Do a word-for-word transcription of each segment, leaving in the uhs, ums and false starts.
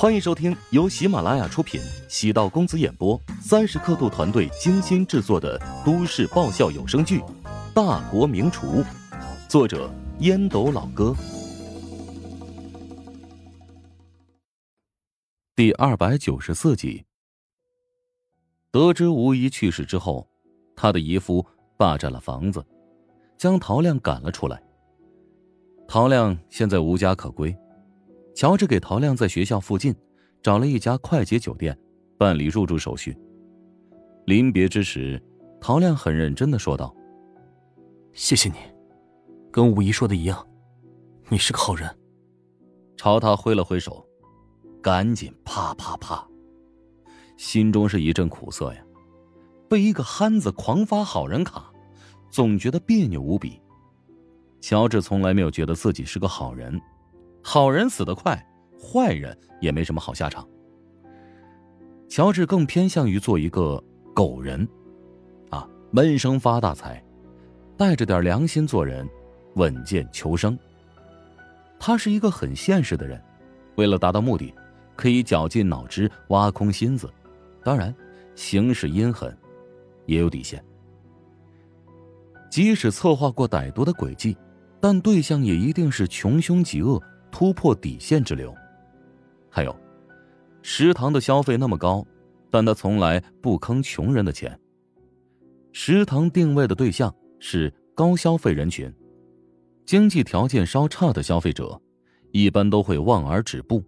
欢迎收听由喜马拉雅出品，喜道公子演播，三十刻度团队精心制作的都市爆笑有声剧《大国名厨》，作者烟斗老哥。第二百九十四集。得知吴姨去世之后，他的姨夫霸占了房子，将陶亮赶了出来。陶亮现在无家可归，乔治给陶亮在学校附近找了一家快捷酒店办理入住手续。临别之时，陶亮很认真地说道： 谢谢你，跟吴姨说的一样，你是个好人。 朝他挥了挥手，赶紧啪啪啪，心中是一阵苦涩呀，被一个憨子狂发好人卡，总觉得别扭无比。乔治从来没有觉得自己是个好人，好人死得快，坏人也没什么好下场。乔治更偏向于做一个狗人啊，闷声发大财，带着点良心做人，稳健求生。他是一个很现实的人，为了达到目的，可以绞尽脑汁挖空心思，当然行事阴狠，也有底线。即使策划过歹毒的诡计，但对象也一定是穷凶极恶、突破底线之流。还有，食堂的消费那么高，但他从来不坑穷人的钱。食堂定位的对象是高消费人群，经济条件稍差的消费者一般都会望而止步。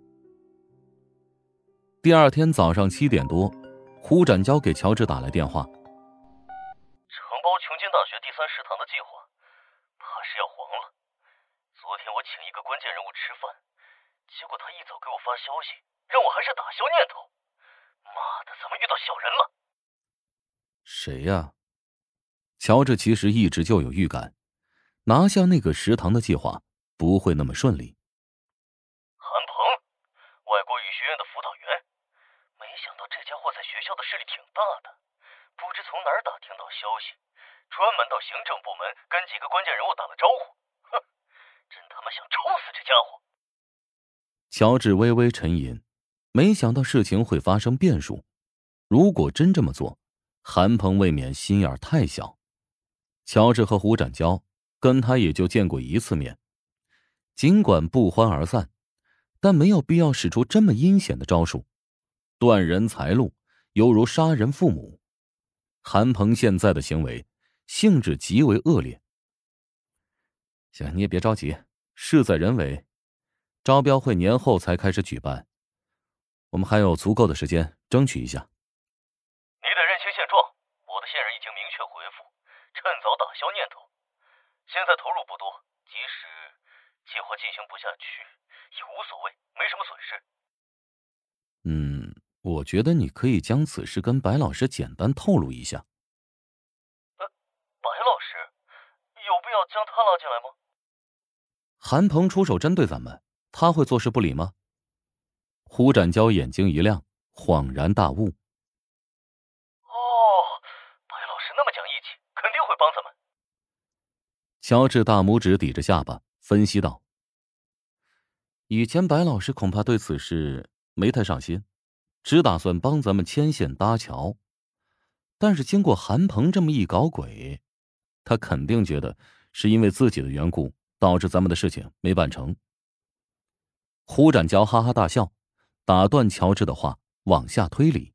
第二天早上七点多，胡展交给乔治打来电话： 承包琼京大学第三食堂的计划怕是要黄了。昨天我请一个关键人物吃饭，结果他一早给我发消息，让我还是打消念头。妈的，咱们遇到小人了。 谁呀？乔治其实一直就有预感，拿下那个食堂的计划不会那么顺利。 韩鹏，外国语学院的辅导员，没想到这家伙在学校的势力挺大的，不知从哪儿打听到消息，专门到行政部门跟几个关键人物打了招呼。哼，真他妈想抽死这家伙。 乔治微微沉吟，没想到事情会发生变数。如果真这么做，韩鹏未免心眼太小。乔治和胡展交跟他也就见过一次面，尽管不欢而散，但没有必要使出这么阴险的招数，断人财路，犹如杀人父母。韩鹏现在的行为性质极为恶劣。行，你也别着急，事在人为。招标会年后才开始举办，我们还有足够的时间争取一下。 你得认清现状，我的线人已经明确回复，趁早打消念头。现在投入不多，即使计划进行不下去也无所谓，没什么损失。 嗯，我觉得你可以将此事跟白老师简单透露一下。 呃，白老师，有必要将他拉进来吗？ 韩鹏出手针对咱们，他会坐视不理吗？胡展交眼睛一亮，恍然大悟。 哦，白老师那么讲义气，肯定会帮咱们。 乔治大拇指抵着下巴，分析道：以前白老师恐怕对此事没太上心，只打算帮咱们牵线搭桥。但是经过韩鹏这么一搞鬼，他肯定觉得是因为自己的缘故导致咱们的事情没办成。胡展交哈哈大笑，打断乔治的话，往下推理。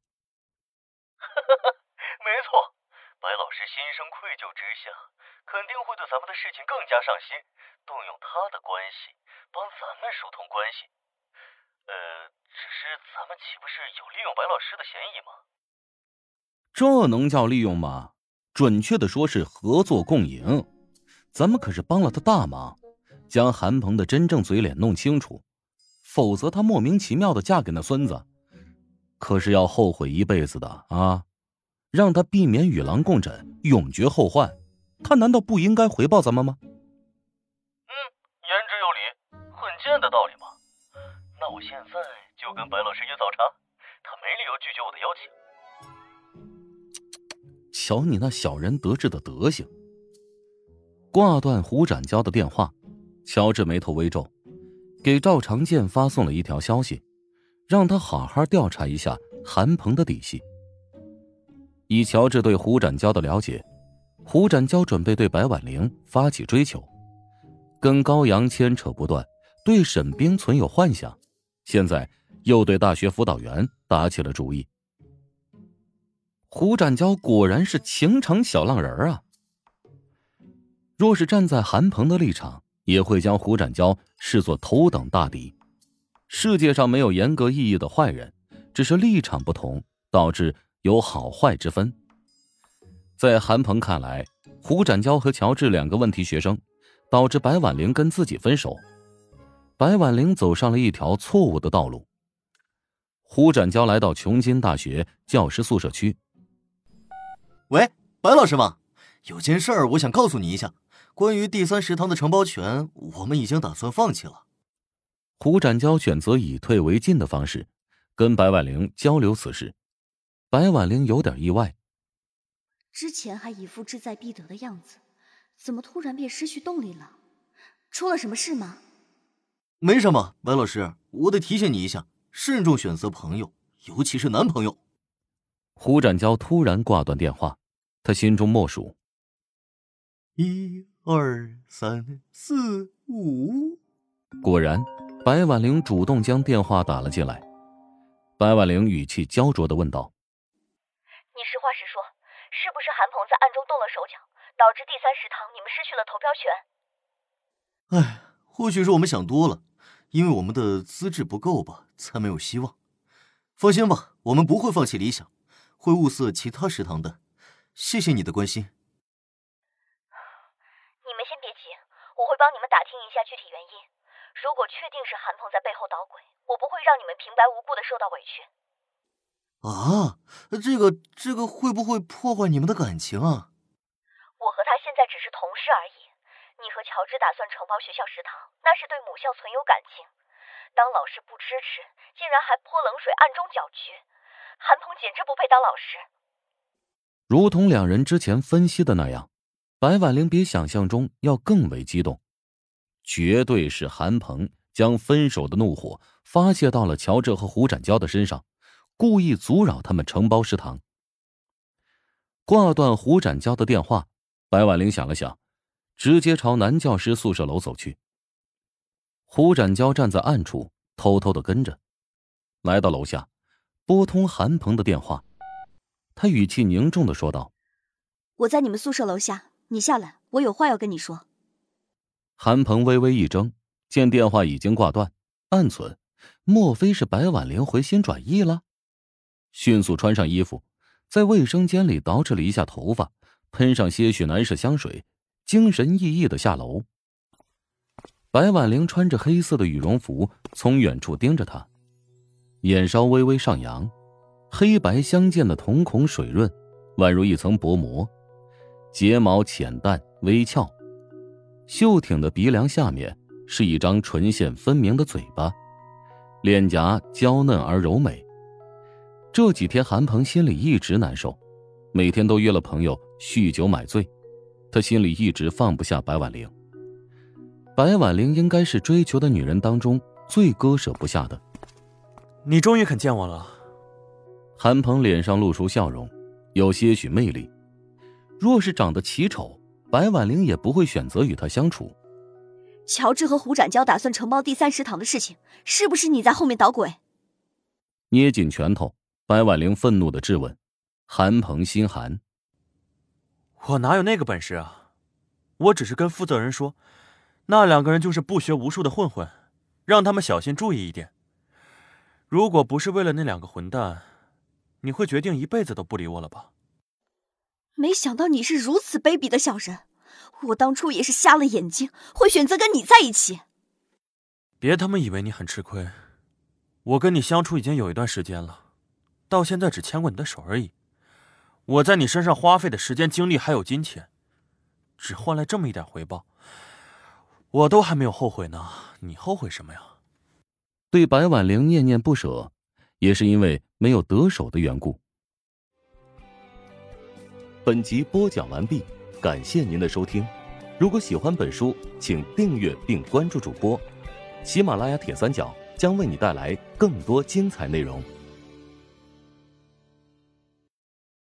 没错，白老师心生愧疚之下，肯定会对咱们的事情更加上心，动用他的关系帮咱们疏通关系。呃，只是咱们岂不是有利用白老师的嫌疑吗？ 这能叫利用吗？准确的说是合作共赢。咱们可是帮了他大忙，将韩鹏的真正嘴脸弄清楚，否则他莫名其妙的嫁给那孙子，可是要后悔一辈子的啊！让他避免与狼共枕，永绝后患，他难道不应该回报咱们吗？ 嗯，言之有理，很贱的道理嘛。那我现在就跟白老师约早茶，他没理由拒绝我的邀请。 瞧你那小人得志的德行。挂断胡展交的电话，乔治眉头微皱，给赵长健发送了一条消息， 让他好好调查一下韩鹏的底细。以乔治对胡展娇的了解，胡展娇准备对白婉玲发起追求，跟高阳牵扯不断，对沈冰存有幻想，现在又对大学辅导员打起了主意。胡展娇果然是情场小浪人啊！若是站在韩鹏的立场，也会将胡展娇视作头等大敌。世界上没有严格意义的坏人，只是立场不同，导致有好坏之分。在韩鹏看来，胡展娇和乔治两个问题学生，导致白婉玲跟自己分手。白婉玲走上了一条错误的道路。胡展娇来到琼金大学教师宿舍区。 喂，白老师吗？有件事儿我想告诉你一下，关于第三食堂的承包权，我们已经打算放弃了。 胡展娇选择以退为进的方式跟白婉玲交流此事。白婉玲有点意外， 之前还一副志在必得的样子，怎么突然便失去动力了？出了什么事吗？ 没什么，白老师，我得提醒你一下，慎重选择朋友，尤其是男朋友。 胡展娇突然挂断电话，他心中默数： 一二三四五。 果然，白婉玲主动将电话打了进来。白婉玲语气焦灼地问道： 你实话实说，是不是韩鹏在暗中动了手脚，导致第三食堂你们失去了投票权？ 哎，或许是我们想多了，因为我们的资质不够吧，才没有希望。放心吧，我们不会放弃理想，会物色其他食堂的。谢谢你的关心。 你们先别急，我会帮你们打听一下具体原因。如果确定是韩鹏在背后捣鬼，我不会让你们平白无故的受到委屈。 啊，这个这个会不会破坏你们的感情啊？ 我和他现在只是同事而已。你和乔治打算承包学校食堂，那是对母校存有感情。当老师不支持，竟然还泼冷水，暗中搅局。韩鹏简直不配当老师。 如同两人之前分析的那样，白婉玲比想象中要更为激动。绝对是韩鹏将分手的怒火发泄到了乔治和胡展娇的身上，故意阻扰他们承包食堂。挂断胡展娇的电话，白婉玲想了想，直接朝男教师宿舍楼走去。胡展娇站在暗处偷偷地跟着，来到楼下，拨通韩鹏的电话。他语气凝重地说道： 我在你们宿舍楼下，你下来，我有话要跟你说。 韩鹏微微一怔，见电话已经挂断，暗忖莫非是白婉玲回心转意了？迅速穿上衣服，在卫生间里捯饬了一下头发，喷上些许男士香水，精神奕奕地下楼。白婉玲穿着黑色的羽绒服，从远处盯着他，眼梢微微上扬，黑白相间的瞳孔水润，宛如一层薄膜，睫毛浅淡微翘，秀挺的鼻梁下面是一张唇线分明的嘴巴，脸颊娇嫩而柔美。这几天韩鹏心里一直难受，每天都约了朋友酗酒买醉，他心里一直放不下白婉玲。白婉玲应该是追求的女人当中最割舍不下的。 你终于肯见我了。 韩鹏脸上露出笑容，有些许魅力。若是长得奇丑，白婉玲也不会选择与他相处。 乔治和胡展娇打算承包第三食堂的事情，是不是你在后面捣鬼？ 捏紧拳头，白婉玲愤怒地质问。韩鹏心寒： 我哪有那个本事啊？我只是跟负责人说，那两个人就是不学无术的混混，让他们小心注意一点。如果不是为了那两个混蛋，你会决定一辈子都不理我了吧？ 没想到你是如此卑鄙的小人，我当初也是瞎了眼睛，会选择跟你在一起。 别他妈以为你很吃亏，我跟你相处已经有一段时间了，到现在只牵过你的手而已。我在你身上花费的时间、精力还有金钱，只换来这么一点回报，我都还没有后悔呢，你后悔什么呀？ 对白婉玲念念不舍，也是因为没有得手的缘故。本集播讲完毕，感谢您的收听。如果喜欢本书，请订阅并关注主播。喜马拉雅铁三角将为你带来更多精彩内容。